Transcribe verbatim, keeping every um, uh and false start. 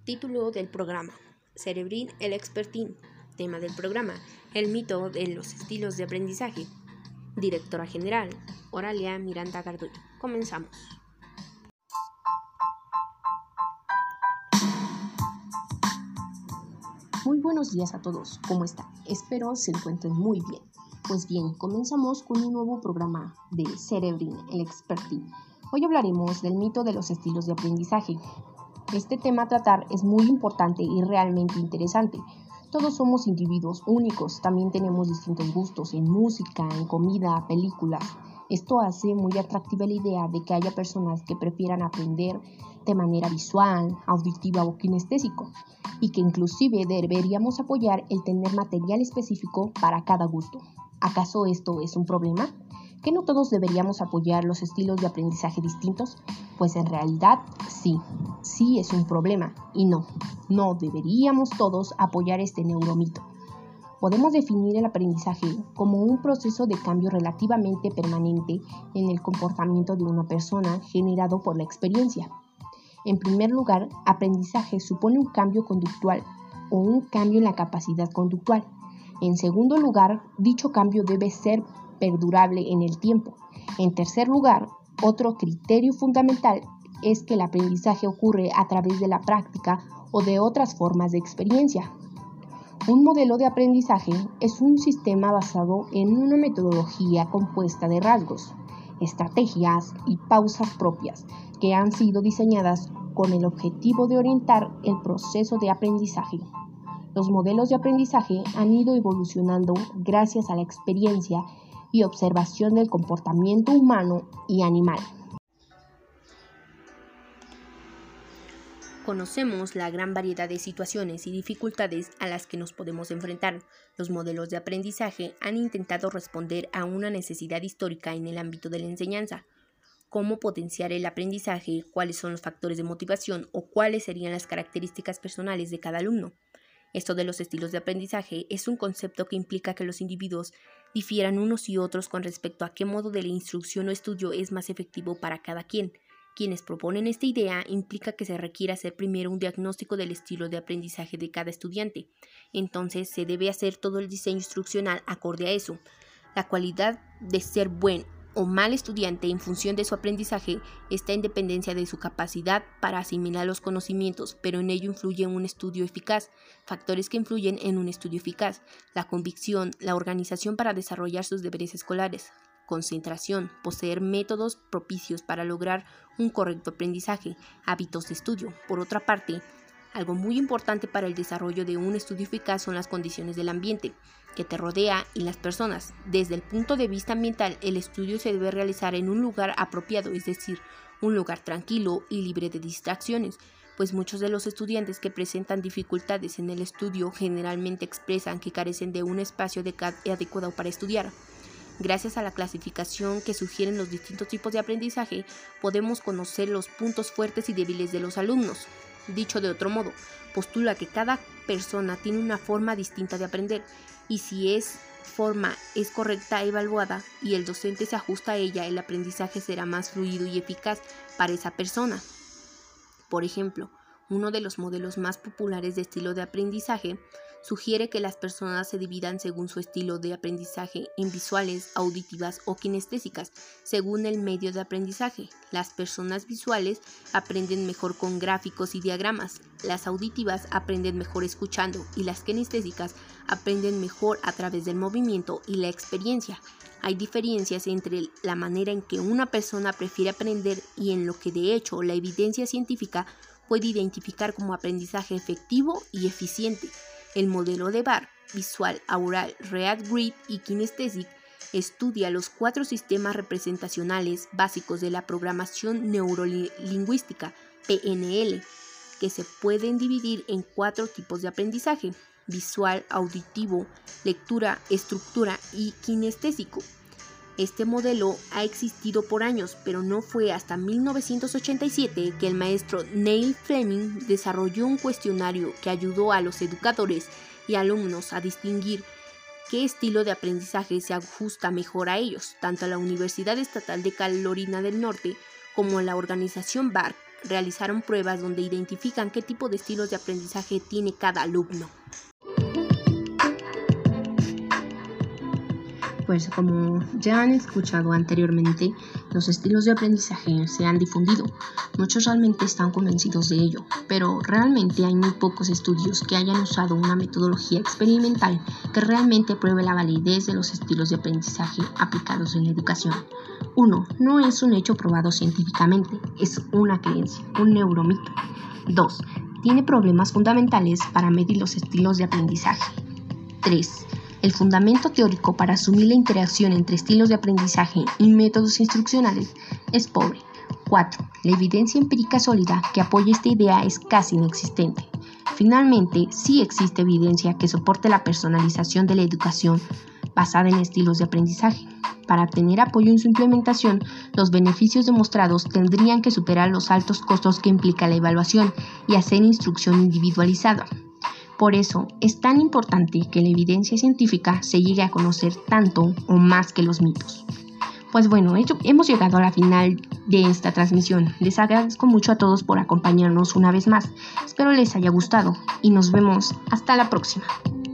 Título del programa: Cerebrin el Expertín. Tema del programa: el mito de los estilos de aprendizaje. Directora general: Oralia Miranda Garduño. Comenzamos. Muy buenos días a todos, ¿cómo están? Espero se encuentren muy bien. Pues bien, comenzamos con un nuevo programa de Cerebrin el Expertín. Hoy hablaremos del mito de los estilos de aprendizaje. Este tema a tratar es muy importante y realmente interesante. Todos somos individuos únicos, también tenemos distintos gustos en música, en comida, películas. Esto hace muy atractiva la idea de que haya personas que prefieran aprender de manera visual, auditiva o kinestésico, y que inclusive deberíamos apoyar el tener material específico para cada gusto. ¿Acaso esto es un problema? ¿Que no todos deberíamos apoyar los estilos de aprendizaje distintos? Pues en realidad sí, sí es un problema y no, no deberíamos todos apoyar este neuromito. Podemos definir el aprendizaje como un proceso de cambio relativamente permanente en el comportamiento de una persona generado por la experiencia. En primer lugar, aprendizaje supone un cambio conductual o un cambio en la capacidad conductual. En segundo lugar, dicho cambio debe ser perdurable en el tiempo. En tercer lugar, otro criterio fundamental es que el aprendizaje ocurre a través de la práctica o de otras formas de experiencia. Un modelo de aprendizaje es un sistema basado en una metodología compuesta de rasgos, estrategias y pausas propias que han sido diseñadas con el objetivo de orientar el proceso de aprendizaje. Los modelos de aprendizaje han ido evolucionando gracias a la experiencia y observación del comportamiento humano y animal. Conocemos la gran variedad de situaciones y dificultades a las que nos podemos enfrentar. Los modelos de aprendizaje han intentado responder a una necesidad histórica en el ámbito de la enseñanza. ¿Cómo potenciar el aprendizaje? ¿Cuáles son los factores de motivación? ¿O cuáles serían las características personales de cada alumno? Esto de los estilos de aprendizaje es un concepto que implica que los individuos difieran unos y otros con respecto a qué modo de la instrucción o estudio es más efectivo para cada quien. Quienes proponen esta idea implica que se requiere hacer primero un diagnóstico del estilo de aprendizaje de cada estudiante. Entonces se debe hacer todo el diseño instruccional acorde a eso. La cualidad de ser buen o mal estudiante en función de su aprendizaje está en dependencia de su capacidad para asimilar los conocimientos, pero en ello influye un estudio eficaz. Factores que influyen en un estudio eficaz: la convicción, la organización para desarrollar sus deberes escolares, concentración, poseer métodos propicios para lograr un correcto aprendizaje, hábitos de estudio. Por otra parte, algo muy importante para el desarrollo de un estudio eficaz son las condiciones del ambiente que te rodea y las personas. Desde el punto de vista ambiental, el estudio se debe realizar en un lugar apropiado, es decir, un lugar tranquilo y libre de distracciones, pues muchos de los estudiantes que presentan dificultades en el estudio generalmente expresan que carecen de un espacio adecuado para estudiar. Gracias a la clasificación que sugieren los distintos tipos de aprendizaje, podemos conocer los puntos fuertes y débiles de los alumnos. Dicho de otro modo, postula que cada persona tiene una forma distinta de aprender, y si esa forma es correcta evaluada y el docente se ajusta a ella, el aprendizaje será más fluido y eficaz para esa persona. Por ejemplo, uno de los modelos más populares de estilo de aprendizaje sugiere que las personas se dividan según su estilo de aprendizaje en visuales, auditivas o kinestésicas, según el medio de aprendizaje. Las personas visuales aprenden mejor con gráficos y diagramas, las auditivas aprenden mejor escuchando y las kinestésicas aprenden mejor a través del movimiento y la experiencia. Hay diferencias entre la manera en que una persona prefiere aprender y en lo que de hecho la evidencia científica puede identificar como aprendizaje efectivo y eficiente. El modelo de Barr, visual, aural, read grid y kinestésico, estudia los cuatro sistemas representacionales básicos de la programación neurolingüística, P N L, que se pueden dividir en cuatro tipos de aprendizaje: visual, auditivo, lectura, estructura y kinestésico. Este modelo ha existido por años, pero no fue hasta mil novecientos ochenta y siete que el maestro Neil Fleming desarrolló un cuestionario que ayudó a los educadores y alumnos a distinguir qué estilo de aprendizaje se ajusta mejor a ellos. Tanto la Universidad Estatal de Carolina del Norte como la organización Barr realizaron pruebas donde identifican qué tipo de estilos de aprendizaje tiene cada alumno. Pues como ya han escuchado anteriormente, los estilos de aprendizaje se han difundido. Muchos realmente están convencidos de ello, pero realmente hay muy pocos estudios que hayan usado una metodología experimental que realmente pruebe la validez de los estilos de aprendizaje aplicados en la educación. Uno, no es un hecho probado científicamente, es una creencia, un neuromito. Dos, tiene problemas fundamentales para medir los estilos de aprendizaje. Tres, el fundamento teórico para asumir la interacción entre estilos de aprendizaje y métodos instruccionales es pobre. cuatro. La evidencia empírica sólida que apoya esta idea es casi inexistente. Finalmente, sí existe evidencia que soporte la personalización de la educación basada en estilos de aprendizaje. Para tener apoyo en su implementación, los beneficios demostrados tendrían que superar los altos costos que implica la evaluación y hacer instrucción individualizada. Por eso, es tan importante que la evidencia científica se llegue a conocer tanto o más que los mitos. Pues bueno, hemos llegado a la final de esta transmisión. Les agradezco mucho a todos por acompañarnos una vez más. Espero les haya gustado y nos vemos hasta la próxima.